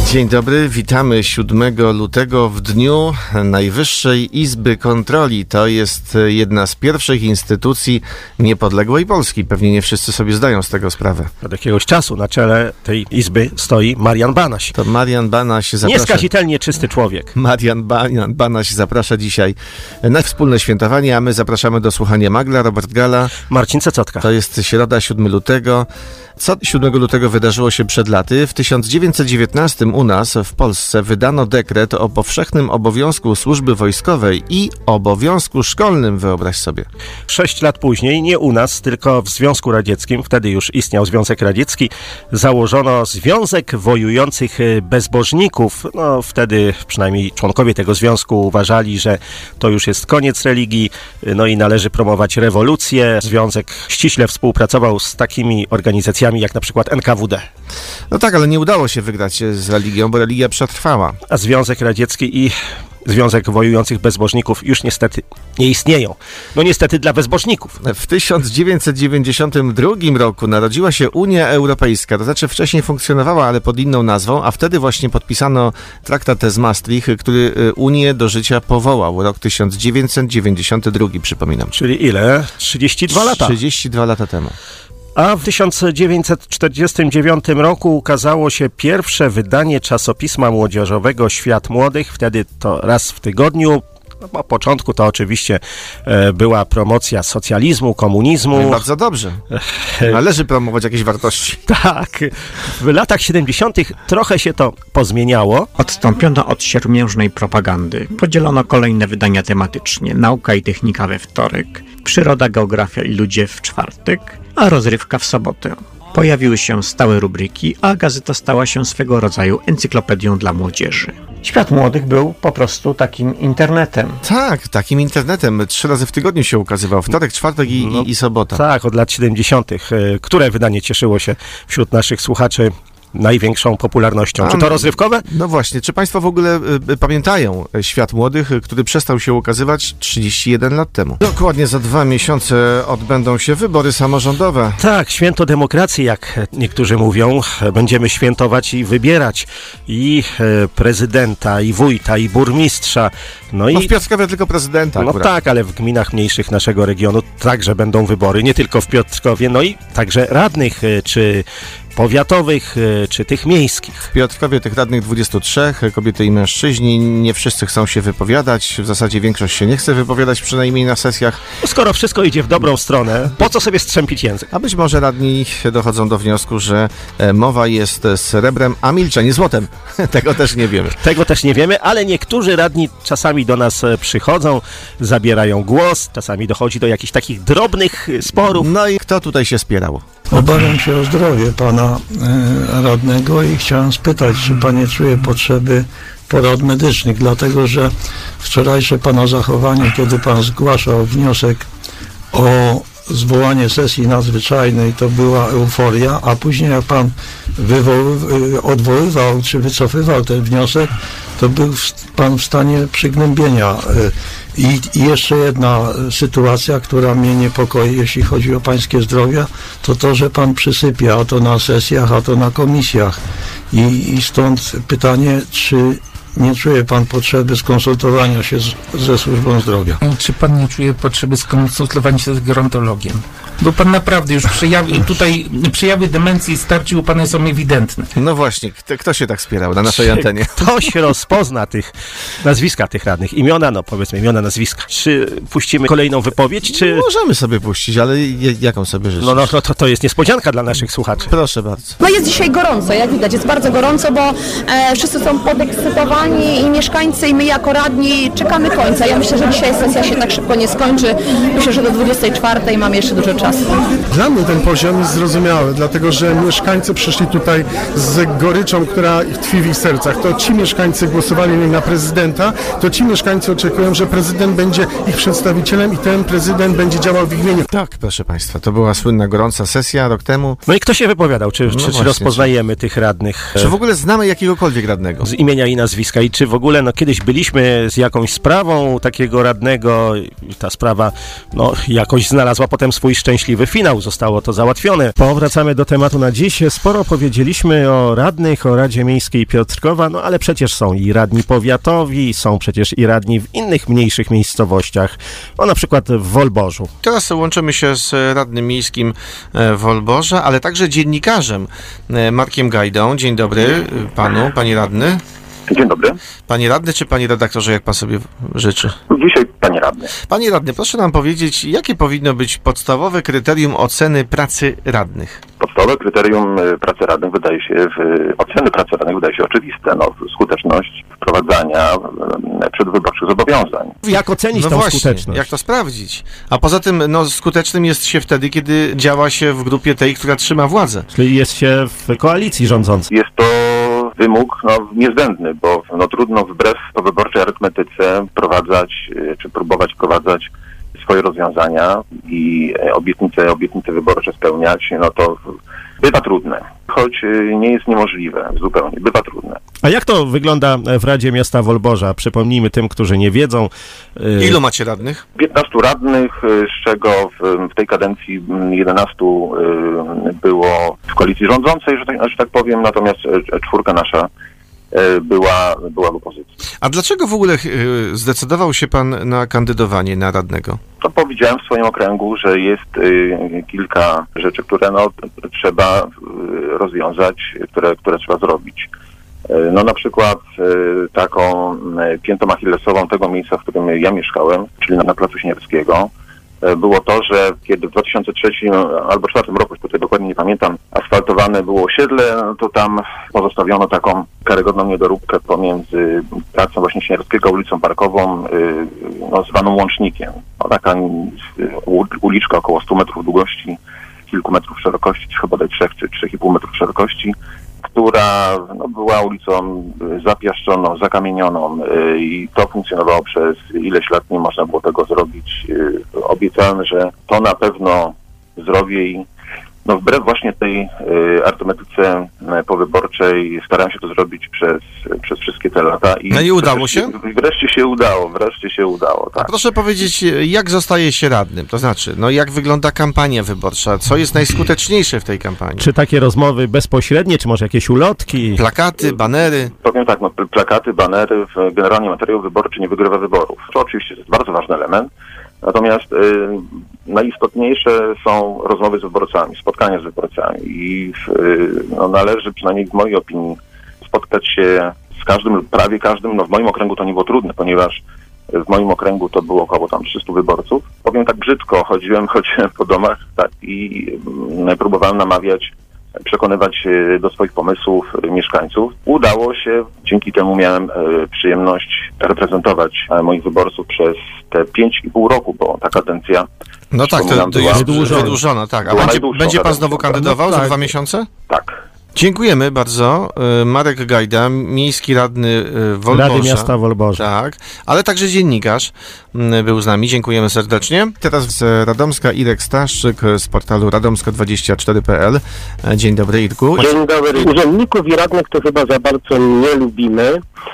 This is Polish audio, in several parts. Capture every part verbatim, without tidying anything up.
Dzień dobry, witamy siódmego lutego w dniu Najwyższej Izby Kontroli. To jest jedna z pierwszych instytucji niepodległej Polski. Pewnie nie wszyscy sobie zdają z tego sprawę. Od jakiegoś czasu na czele tej izby stoi Marian Banaś. To Marian Banaś zaprasza... Nieskazitelnie czysty człowiek. Marian Banaś, Banaś zaprasza dzisiaj na wspólne świętowanie, a my zapraszamy do słuchania Magla, Robert Gala. Marcin Cecotka. To jest środa, siódmego lutego. Co siódmego lutego wydarzyło się przed laty? W tysiąc dziewięćset dziewiętnastym u nas w Polsce wydano dekret o powszechnym obowiązku służby wojskowej i obowiązku szkolnym, wyobraź sobie. Sześć lat później, nie u nas, tylko w Związku Radzieckim, wtedy już istniał Związek Radziecki, założono Związek Wojujących Bezbożników. No wtedy przynajmniej członkowie tego związku uważali, że to już jest koniec religii, no i należy promować rewolucję. Związek ściśle współpracował z takimi organizacjami jak na przykład N K W D. No tak, ale nie udało się wygrać z religią, bo religia przetrwała. A Związek Radziecki i Związek Wojujących Bezbożników już niestety nie istnieją. No niestety dla bezbożników. W tysiąc dziewięćset dziewięćdziesiątym drugim roku narodziła się Unia Europejska, to znaczy wcześniej funkcjonowała, ale pod inną nazwą, a wtedy właśnie podpisano traktat z Maastricht, który Unię do życia powołał. Rok tysiąc dziewięćset dziewięćdziesiąty drugi, przypominam. Czyli ile? trzydzieści dwa lata. trzydzieści dwa lata temu. A w tysiąc dziewięćset czterdziestym dziewiątym roku ukazało się pierwsze wydanie czasopisma młodzieżowego Świat Młodych. Wtedy to raz w tygodniu. No, po początku to oczywiście e, była promocja socjalizmu, komunizmu. No bardzo dobrze. Należy promować jakieś wartości. Tak. W latach siedemdziesiątych trochę się to pozmieniało. Odstąpiono od siermiężnej propagandy. Podzielono kolejne wydania tematycznie. Nauka i technika we wtorek, przyroda, geografia i ludzie w czwartek, a rozrywka w sobotę. Pojawiły się stałe rubryki, a gazeta stała się swego rodzaju encyklopedią dla młodzieży. Świat Młodych był po prostu takim internetem. Tak, takim internetem. Trzy razy w tygodniu się ukazywał. Wtorek, czwartek i, no, i, i sobota. Tak, od lat siedemdziesiątych. Które wydanie cieszyło się wśród naszych słuchaczy największą popularnością? Czy to rozrywkowe? No właśnie, czy państwo w ogóle y, pamiętają Świat Młodych, który przestał się ukazywać trzydzieści jeden lat temu? Dokładnie za dwa miesiące odbędą się wybory samorządowe. Tak, święto demokracji, jak niektórzy mówią. Będziemy świętować i wybierać i e, prezydenta, i wójta, i burmistrza. No, no i w Piotrkowie tylko prezydenta No akurat. tak, ale w gminach mniejszych naszego regionu także będą wybory, nie tylko w Piotrkowie, no i także radnych, e, czy powiatowych, czy tych miejskich. W Piotrkowie tych radnych dwudziestu trzech, kobiety i mężczyźni, nie wszyscy chcą się wypowiadać, w zasadzie większość się nie chce wypowiadać, przynajmniej na sesjach. No skoro wszystko idzie w dobrą stronę, po co sobie strzępić język? A być może radni dochodzą do wniosku, że mowa jest srebrem, a milczenie złotem. Tego też nie wiemy. Tego też nie wiemy, ale niektórzy radni czasami do nas przychodzą, zabierają głos, czasami dochodzi do jakichś takich drobnych sporów. No i kto tutaj się spierał? Obawiam się o zdrowie pana e, radnego i chciałem spytać, czy pan nie czuje potrzeby porad medycznych, dlatego że wczorajsze pana zachowanie, kiedy pan zgłaszał wniosek o zwołanie sesji nadzwyczajnej, to była euforia, a później jak pan wywoły, odwoływał czy wycofywał ten wniosek, to był pan w stanie przygnębienia. I, I jeszcze jedna sytuacja, która mnie niepokoi, jeśli chodzi o pańskie zdrowie, to to, że pan przysypia, a to na sesjach, a to na komisjach. I, i stąd pytanie, czy nie czuje pan potrzeby skonsultowania się z, ze służbą zdrowia? Czy pan nie czuje potrzeby skonsultowania się z gerontologiem? Bo pan naprawdę już przejawy, tutaj przejawy demencji starczy u pana są ewidentne. No właśnie, kto, kto się tak spierał na naszej antenie? Ktoś rozpozna tych nazwiska tych radnych, imiona, no powiedzmy imiona, nazwiska. Czy puścimy kolejną wypowiedź, czy... No, możemy sobie puścić, ale je, jaką sobie życzysz? No, no, no to, to jest niespodzianka dla naszych słuchaczy. Proszę bardzo. No jest dzisiaj gorąco, jak widać, jest bardzo gorąco, bo e, wszyscy są podekscytowani i mieszkańcy, i my jako radni czekamy końca. Ja myślę, że dzisiaj sesja się tak szybko nie skończy. Myślę, że do dwudziestej czwartej mamy jeszcze dużo czasu. Dla mnie ten poziom jest zrozumiały, dlatego że mieszkańcy przyszli tutaj z goryczą, która tkwi w ich sercach. To ci mieszkańcy głosowali na prezydenta, to ci mieszkańcy oczekują, że prezydent będzie ich przedstawicielem i ten prezydent będzie działał w ich imieniu. Tak, proszę państwa, to była słynna gorąca sesja rok temu. No i kto się wypowiadał? Czy, no czy, właśnie, czy rozpoznajemy czy... tych radnych? Czy w ogóle znamy jakiegokolwiek radnego? Z imienia i nazwiska. Europejska i czy w ogóle no, kiedyś byliśmy z jakąś sprawą takiego radnego i ta sprawa no, jakoś znalazła potem swój szczęśliwy finał, zostało to załatwione. Powracamy do tematu na dziś. Sporo powiedzieliśmy o radnych, o Radzie Miejskiej Piotrkowa, no ale przecież są i radni powiatowi, są przecież i radni w innych mniejszych miejscowościach, no na przykład w Wolborzu. Teraz łączymy się z radnym miejskim w Wolborza, ale także dziennikarzem Markiem Gajdą. Dzień dobry panu, panie radny. Dzień dobry. Panie radny czy panie redaktorze, jak pan sobie życzy? Dzisiaj panie radny. Panie radny, proszę nam powiedzieć, jakie powinno być podstawowe kryterium oceny pracy radnych? Podstawowe kryterium pracy radnych wydaje się, w oceny pracy radnych wydaje się oczywiste. No, skuteczność wprowadzania przedwyborczych zobowiązań. Jak ocenić no tą właśnie, skuteczność? Jak to sprawdzić? A poza tym, no, skutecznym jest się wtedy, kiedy działa się w grupie tej, która trzyma władzę. Czyli jest się w koalicji rządzącej. Jest to wymóg no, niezbędny, bo no, trudno wbrew powyborczej arytmetyce wprowadzać, czy próbować wprowadzać swoje rozwiązania i obietnice, obietnice wyborcze spełniać, no to bywa trudne, choć nie jest niemożliwe zupełnie, bywa trudne. A jak to wygląda w Radzie Miasta Wolborza? Przypomnijmy tym, którzy nie wiedzą. Ilu macie radnych? piętnastu radnych, z czego w, w tej kadencji jedenastu było w koalicji rządzącej, że tak, że tak powiem, natomiast czwórka nasza była, była w opozycji. A dlaczego w ogóle zdecydował się pan na kandydowanie na radnego? To powiedziałem w swoim okręgu, że jest y, kilka rzeczy, które no, trzeba y, rozwiązać, które, które trzeba zrobić. Y, no na przykład y, taką y, piętą achillesową tego miejsca, w którym ja mieszkałem, czyli na, na Placu Sieniewskiego, y, było to, że kiedy w dwa tysiące trzecim albo dwa tysiące czwartym roku, tutaj dokładnie nie pamiętam, asfaltowane było osiedle, no to tam pozostawiono taką karygodną niedoróbkę pomiędzy Placem właśnie Sieniewskiego a ulicą Parkową, y, no, zwaną Łącznikiem. No, taka uliczka około stu metrów długości, kilku metrów szerokości, chyba bodaj trzech czy trzech i pół metrów szerokości, która no, była ulicą zapiaszczoną, zakamienioną y, i to funkcjonowało przez ileś lat, nie można było tego zrobić. Y, obiecałem, że to na pewno zrobię i no, wbrew właśnie tej y, arytmetyce y, powyborczej starałem się to zrobić przez, przez wszystkie te lata. I no i udało się? Wreszcie się udało, wreszcie się udało, tak. A proszę powiedzieć, jak zostaje się radnym? To znaczy, no jak wygląda kampania wyborcza? Co jest najskuteczniejsze w tej kampanii? Czy takie rozmowy bezpośrednie, czy może jakieś ulotki? Plakaty, banery? Powiem tak, no, plakaty, banery, generalnie materiał wyborczy nie wygrywa wyborów. To oczywiście jest bardzo ważny element. Natomiast y, najistotniejsze są rozmowy z wyborcami, spotkania z wyborcami i y, no, należy, przynajmniej w mojej opinii, spotkać się z każdym lub prawie każdym. No, w moim okręgu to nie było trudne, ponieważ w moim okręgu to było około tam trzystu wyborców. Powiem tak brzydko, chodziłem, chodziłem po domach tak, i y, próbowałem namawiać, przekonywać do swoich pomysłów mieszkańców. Udało się, dzięki temu miałem e, przyjemność reprezentować moich wyborców przez te pięć i pół roku, bo ta kadencja... No tak, to, to jest wydłużona, wydłużona, tak. A będzie, będzie pan znowu kandydował no, tak. za dwa miesiące? Tak. Dziękujemy bardzo. Marek Gajda, miejski radny Wolborza. Rady Miasta Wolborza. Tak, ale także dziennikarz był z nami. Dziękujemy serdecznie. Teraz z Radomska Irek Staszczyk z portalu radomsko dwadzieścia cztery kropka p l. Dzień dobry, Irku. Dzień dobry. Urzędników i radnych to chyba za bardzo nie lubimy.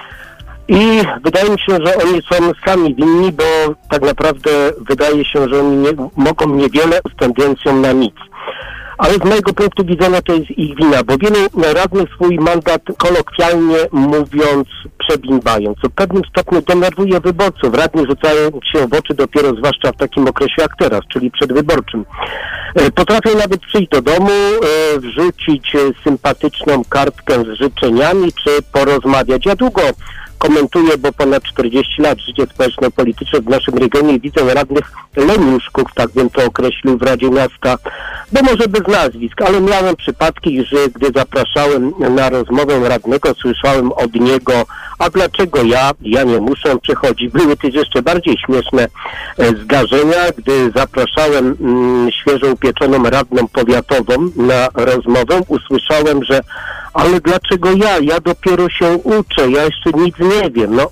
I wydaje mi się, że oni są sami winni, bo tak naprawdę wydaje się, że oni nie, mogą niewiele z tendencją na nic. Ale z mojego punktu widzenia to jest ich wina, bo wielu radnych swój mandat kolokwialnie mówiąc przebimbają, co w pewnym stopniu denerwuje wyborców. Radni rzucają się w oczy dopiero zwłaszcza w takim okresie jak teraz, czyli przedwyborczym. Potrafią nawet przyjść do domu, wrzucić sympatyczną kartkę z życzeniami, czy porozmawiać. Ja długo komentuję, bo ponad czterdzieści lat życie społeczno-polityczne w naszym regionie widzę radnych leniuszków, tak bym to określił, w Radzie Miasta, bo może bez nazwisk, ale miałem przypadki, że gdy zapraszałem na rozmowę radnego, słyszałem od niego, a dlaczego ja, ja nie muszę przychodzić. Były też jeszcze bardziej śmieszne zdarzenia, gdy zapraszałem mm, świeżo upieczoną radną powiatową na rozmowę, usłyszałem, że ale dlaczego ja? Ja dopiero się uczę, ja jeszcze nic nie wiem. No,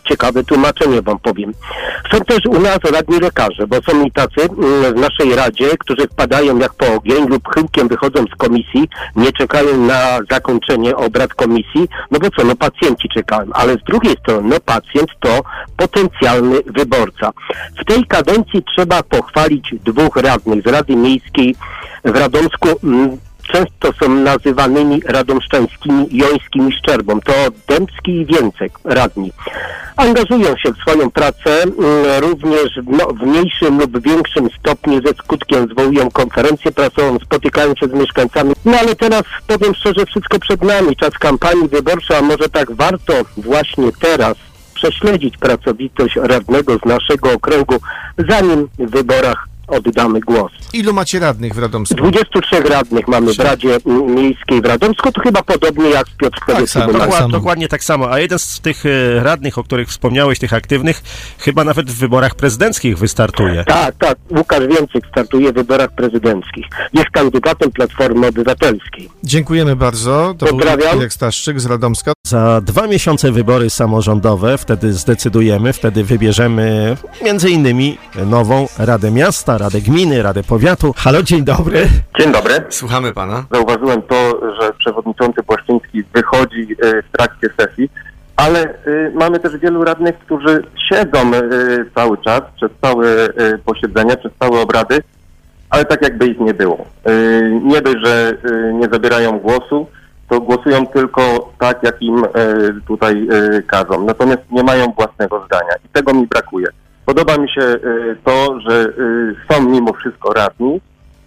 ciekawe tłumaczenie wam powiem. Są też u nas radni lekarze, bo są i tacy w naszej radzie, którzy wpadają jak po ogień lub chyłkiem wychodzą z komisji, nie czekają na zakończenie obrad komisji, no bo co, no pacjenci czekają, ale z drugiej strony, no pacjent to potencjalny wyborca. W tej kadencji trzeba pochwalić dwóch radnych z Rady Miejskiej w Radomsku. Często są nazywanymi radomszczańskimi Jońskim i Szczerbą. To Dębski i Więcek, radni. Angażują się w swoją pracę, również w, no, w mniejszym lub większym stopniu ze skutkiem zwołują konferencję prasową, spotykają się z mieszkańcami. No ale teraz, powiem szczerze, wszystko przed nami, czas kampanii wyborczej, a może tak warto właśnie teraz prześledzić pracowitość radnego z naszego okręgu, zanim w wyborach oddamy głos. Ilu macie radnych w Radomsku? dwudziestu trzech radnych mamy w Radzie Miejskiej w Radomsku, to chyba podobnie jak w Piotrkowie. Tak, sam, Dokład, tak dokładnie tak samo. A jeden z tych e, radnych, o których wspomniałeś, tych aktywnych, chyba nawet w wyborach prezydenckich wystartuje. Tak, tak. Łukasz Więcek startuje w wyborach prezydenckich. Jest kandydatem Platformy Obywatelskiej. Dziękujemy bardzo. To Pozdrawiam. był Irek Staszczyk z Radomska. Za dwa miesiące wybory samorządowe, wtedy zdecydujemy, wtedy wybierzemy między innymi nową Radę Miasta, Radę Gminy, Radę Powiatu. Halo, dzień dobry. Dzień dobry. Słuchamy pana. Zauważyłem to, że przewodniczący Płaszczyński wychodzi w trakcie sesji, ale mamy też wielu radnych, którzy siedzą cały czas, przez całe posiedzenia, przez całe obrady, ale tak jakby ich nie było. Nie dość, że nie zabierają głosu, to głosują tylko tak, jak im tutaj każą. Natomiast nie mają własnego zdania i tego mi brakuje. Podoba mi się to, że są mimo wszystko radni,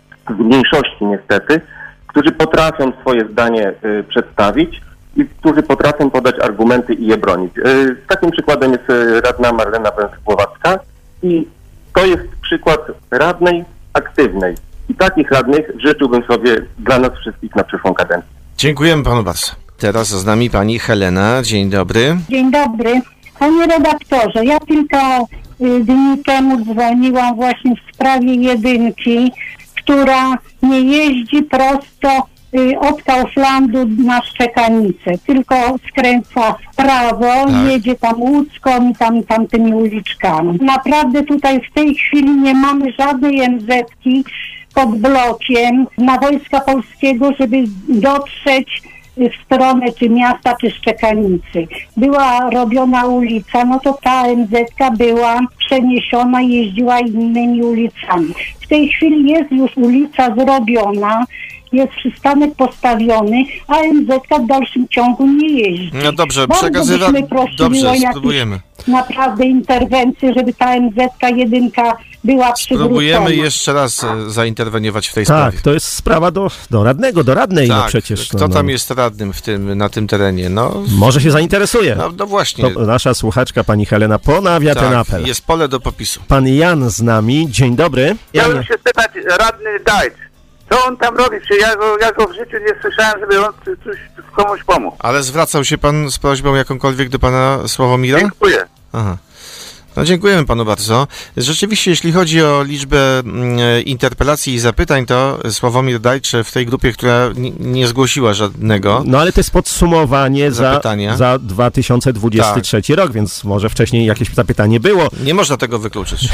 w mniejszości niestety, którzy potrafią swoje zdanie przedstawić i którzy potrafią podać argumenty i je bronić. Takim przykładem jest radna Marlena Węż-Głowacka i to jest przykład radnej aktywnej. I takich radnych życzyłbym sobie dla nas wszystkich na przyszłą kadencję. Dziękujemy panu bardzo. Teraz z nami pani Helena. Dzień dobry. Dzień dobry. Panie redaktorze, ja kilka y, dni temu dzwoniłam właśnie w sprawie jedynki, która nie jeździ prosto y, od Kauflandu na Szczekanicę, tylko skręca w prawo, Tak. jedzie tam Łódzką i tam tamtymi uliczkami. Naprawdę tutaj w tej chwili nie mamy żadnej em zetki pod blokiem na Wojska Polskiego, żeby dotrzeć w stronę czy miasta, czy Szczekanicy. Była robiona ulica, no to ta em zetka była przeniesiona i jeździła innymi ulicami. W tej chwili jest już ulica zrobiona, jest przystanek postawiony, a em zetka w dalszym ciągu nie jeździ. No dobrze, Bardzo przekazywa... byśmy prosili Dobrze, o jakieś spróbujemy. naprawdę interwencje, żeby ta em zetka jedynka była przywrócona. Spróbujemy jeszcze raz e, zainterweniować w tej Tak, sprawie. to jest sprawa do, do radnego, do radnej, Tak, no przecież. kto no, no. tam jest radnym w tym, na tym terenie? No, Może się zainteresuje. no, no właśnie. To nasza słuchaczka, pani Helena, ponawia ten Tak, apel. jest pole do popisu. Pan Jan z nami. Dzień dobry. Chciałem się spytać, radny Dajcz, co on tam robi? Czy ja go, ja go w życiu nie słyszałem, żeby on coś komuś pomógł. Ale zwracał się pan z prośbą jakąkolwiek do pana Sławomira? Dziękuję. Aha. No dziękujemy panu bardzo. Rzeczywiście, jeśli chodzi o liczbę mm, interpelacji i zapytań, to Sławomir Dajcz w tej grupie, która n- nie zgłosiła żadnego. No ale to jest podsumowanie za, Zapytania. za dwa tysiące dwudziesty trzeci rok, więc może wcześniej jakieś zapytanie było. Nie można tego wykluczyć.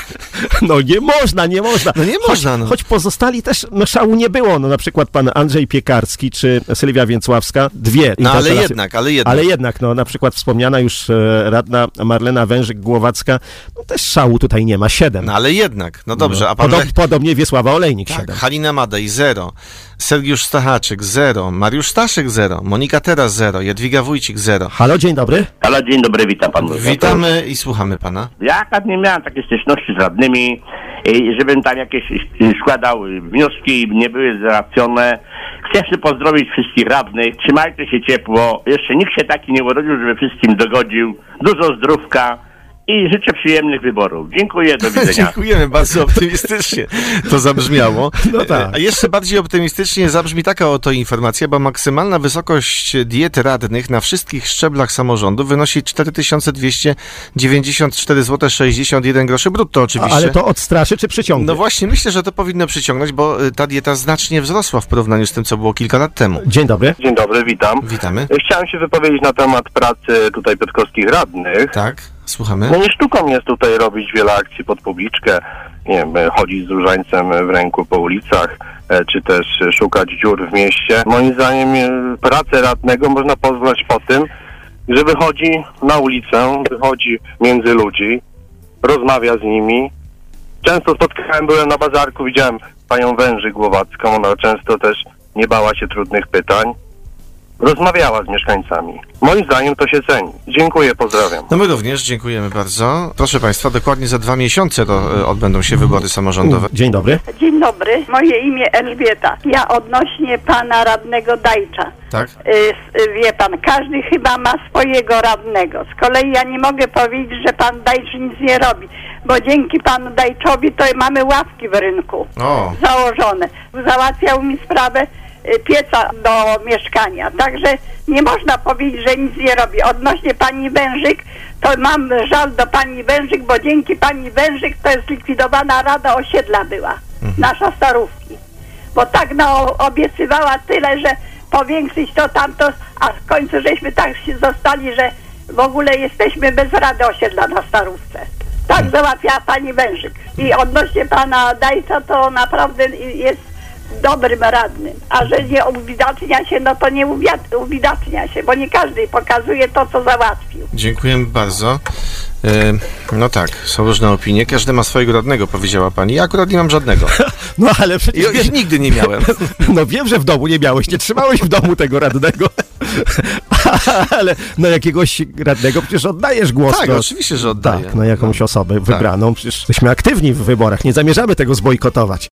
No nie można, nie można. No nie można, Choć, no. choć pozostali też, no szału nie było. No na przykład pan Andrzej Piekarski czy Sylwia Więcławska, dwie No ale interpelacje. jednak, ale jednak. Ale jednak, no na przykład wspomniana już e, radna Marlena Wężyk-Głowacka, no też szału tutaj nie ma, siedem. No ale jednak, no dobrze, No, a pan... Podob, Lech... Podobnie Wiesława Olejnik, Tak, siedem. Halina Madej, zero. Sergiusz Stachaczyk, zero. Mariusz Staszek, zero. Monika Teraz, zero. Jadwiga Wójcik, zero. Halo, dzień dobry. Halo, dzień dobry, witam panu. Witamy i słuchamy pana. Ja akurat nie miałem takiej styczności z radnymi, i żebym tam jakieś składał wnioski, nie były załatwione. Chcę jeszcze pozdrowić wszystkich radnych, trzymajcie się ciepło, jeszcze nikt się taki nie urodził, żeby wszystkim dogodził. Dużo zdrówka i życzę przyjemnych wyborów. Dziękuję, do widzenia. Dziękujemy, bardzo optymistycznie to zabrzmiało. No tak. A jeszcze bardziej optymistycznie zabrzmi taka oto informacja, bo maksymalna wysokość diety radnych na wszystkich szczeblach samorządu wynosi cztery tysiące dwieście dziewięćdziesiąt cztery złote sześćdziesiąt jeden groszy brutto oczywiście. Ale to odstraszy czy przyciągnie? No właśnie, myślę, że to powinno przyciągnąć, bo y, ta dieta znacznie wzrosła w porównaniu z tym, co było kilka lat temu. Dzień dobry. Dzień dobry, witam. Witamy. Chciałem się wypowiedzieć na temat pracy tutaj piotrkowskich radnych. Tak, słuchamy. No nie sztuką jest tutaj robić wiele akcji pod publiczkę, nie wiem, chodzić z różańcem w ręku po ulicach, e, czy też szukać dziur w mieście. Moim zdaniem e, pracę radnego można poznać po tym, że wychodzi na ulicę, wychodzi między ludzi, rozmawia z nimi. Często spotkałem, byłem na bazarku, widziałem panią Wężyk Głowacką, ona często też nie bała się trudnych pytań. Rozmawiała z mieszkańcami. Moim zdaniem to się ceni. Dziękuję, pozdrawiam. No my również dziękujemy bardzo. Proszę Państwa, dokładnie za dwa miesiące to y, odbędą się wybory samorządowe. Dzień dobry. Dzień dobry, moje imię Elżbieta. Ja odnośnie pana radnego Dajcza. Tak? Y, wie pan, każdy chyba ma swojego radnego. Z kolei ja nie mogę powiedzieć, że pan Dajcz nic nie robi, bo dzięki panu Dajczowi to mamy ławki w rynku O. założone. Załatwiał mi sprawę pieca do mieszkania. Także nie można powiedzieć, że nic nie robi. Odnośnie pani Wężyk, to mam żal do pani Wężyk, bo dzięki pani Wężyk to jest zlikwidowana Rada Osiedla była. Mhm. Nasza Starówki. Bo tak no, obiecywała tyle, że powiększyć to tamto, a w końcu żeśmy tak się zostali, że w ogóle jesteśmy bez Rady Osiedla na Starówce. Tak załatwiała pani Wężyk. I odnośnie pana Dajca to naprawdę jest dobrym radnym, a że nie uwidacznia się, no to nie uwidacznia się, bo nie każdy pokazuje to, co załatwił. Dziękujemy bardzo. Yy, no tak, są różne opinie. Każdy ma swojego radnego, powiedziała pani. Ja akurat nie mam żadnego. No ale przecież... Ja już nigdy nie miałem. No wiem, że w domu nie miałeś, nie trzymałeś w domu tego radnego. Ale na jakiegoś radnego przecież oddajesz głos. Tak, no. Oczywiście, że oddaję. Tak, na jakąś no. osobę wybraną. Przecież jesteśmy aktywni w wyborach, nie zamierzamy tego zbojkotować.